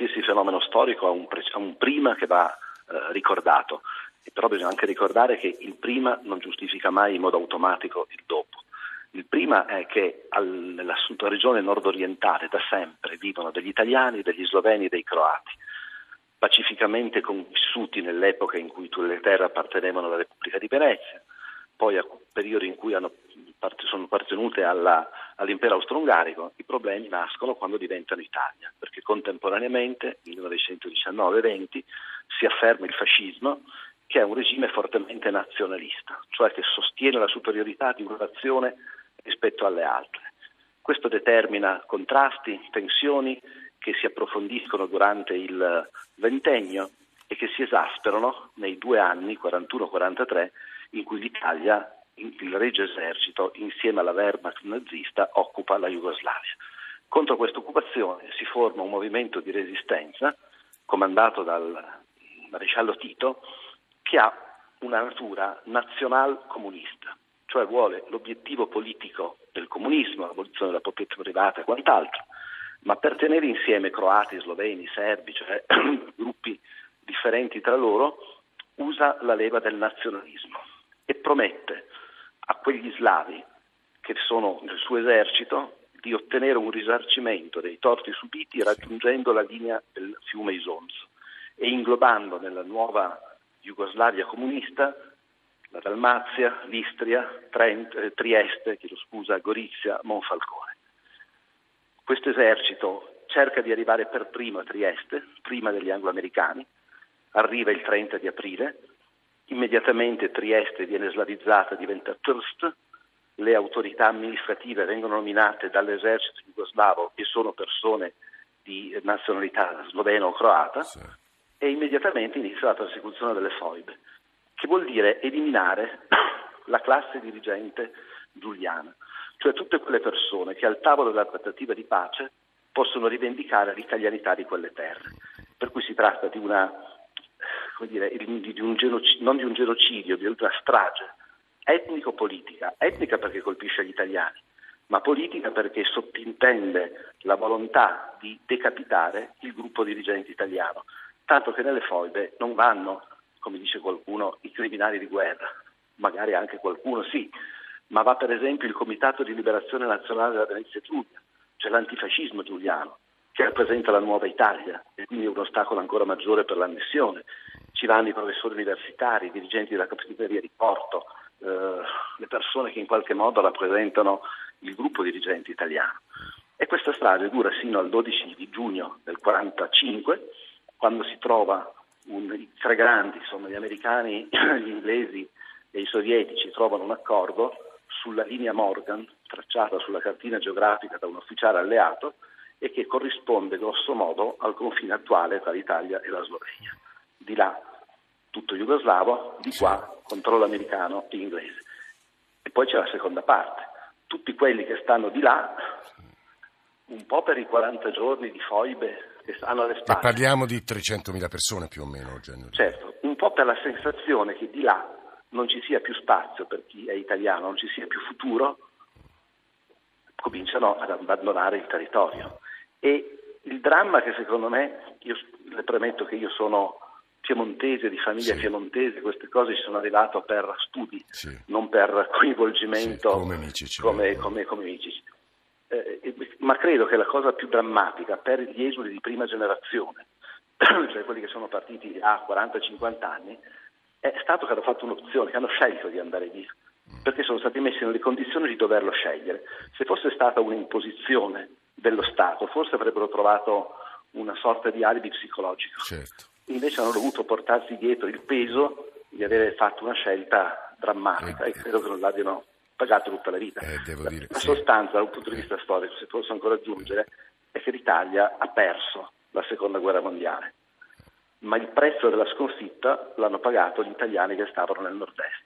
qualsiasi fenomeno storico ha un prima che va ricordato, e però bisogna anche ricordare che il prima non giustifica mai in modo automatico il dopo. Il prima è che nella regione nord-orientale da sempre vivono degli italiani, degli sloveni e dei croati, pacificamente convissuti nell'epoca in cui tutte le terre appartenevano alla Repubblica di Venezia, poi a periodi in cui sono appartenute all'impero austro-ungarico. I problemi nascono quando diventano Italia, perché contemporaneamente, nel 1919-20, si afferma il fascismo, che è un regime fortemente nazionalista, cioè che sostiene la superiorità di una nazione rispetto alle altre. Questo determina contrasti, tensioni che si approfondiscono durante il ventennio e che si esasperano nei 2 anni, 41-43, in cui l'Italia, il Regio Esercito, insieme alla Wehrmacht nazista, occupa la Jugoslavia. Contro questa occupazione si forma un movimento di resistenza comandato dal maresciallo Tito, che ha una natura nazional-comunista, cioè vuole l'obiettivo politico del comunismo, l'abolizione della proprietà privata e quant'altro, ma per tenere insieme croati, sloveni, serbi, cioè gruppi differenti tra loro, usa la leva del nazionalismo e promette a quegli slavi che sono nel suo esercito di ottenere un risarcimento dei torti subiti raggiungendo la linea del fiume Isonzo e inglobando nella nuova Jugoslavia comunista la Dalmazia, l'Istria, Trieste, Gorizia, Monfalcone. Questo esercito cerca di arrivare per primo a Trieste, prima degli angloamericani, arriva il 30 di aprile, immediatamente Trieste viene slavizzata, diventa Trst, le autorità amministrative vengono nominate dall'esercito jugoslavo e sono persone di nazionalità slovena o croata, sì. E immediatamente inizia la persecuzione delle foibe, che vuol dire eliminare la classe dirigente giuliana, cioè tutte quelle persone che al tavolo della trattativa di pace possono rivendicare l'italianità di quelle terre. Per cui si tratta di una, non di un genocidio, di una strage etnico-politica, etnica perché colpisce gli italiani, ma politica perché sottintende la volontà di decapitare il gruppo dirigente italiano, tanto che nelle foibe non vanno, come dice qualcuno, i criminali di guerra, magari anche qualcuno sì, ma va per esempio il Comitato di Liberazione Nazionale della Venezia Giulia, cioè l'antifascismo giuliano, che rappresenta la nuova Italia e quindi è un ostacolo ancora maggiore per l'annessione. Ci vanno i professori universitari, i dirigenti della Capitaneria di Porto, le persone che in qualche modo rappresentano il gruppo dirigente italiano. E questa strage dura sino al 12 di giugno del 1945, quando si trova i 3 grandi, insomma gli americani, gli inglesi e i sovietici trovano un accordo sulla linea Morgan, tracciata sulla cartina geografica da un ufficiale alleato e che corrisponde grosso modo al confine attuale tra l'Italia e la Slovenia. Di là tutto jugoslavo, di qua controllo americano e inglese. E poi c'è la seconda parte, tutti quelli che stanno di là, un po' per i 40 giorni di foibe che hanno alle spalle. E parliamo di 300.000 persone più o meno. Certo, un po' per la sensazione che di là non ci sia più spazio per chi è italiano, non ci sia più futuro, cominciano ad abbandonare il territorio. E il dramma che secondo me, io le premetto che io sono piemontese, di famiglia piemontese, queste cose ci sono arrivato per studi, non per coinvolgimento come amici. Ma credo che la cosa più drammatica per gli esuli di prima generazione, cioè quelli che sono partiti a 40-50 anni, è stato che hanno fatto un'opzione, che hanno scelto di andare via, perché sono stati messi nelle condizioni di doverlo scegliere. Se fosse stata un'imposizione dello Stato, forse avrebbero trovato una sorta di alibi psicologico. Certo. Invece hanno dovuto portarsi dietro il peso di aver fatto una scelta drammatica e credo che non l'abbiano pagato tutta la vita. La sostanza, da un punto di vista storico, se posso ancora aggiungere, è che l'Italia ha perso la seconda guerra mondiale, ma il prezzo della sconfitta l'hanno pagato gli italiani che stavano nel nord-est.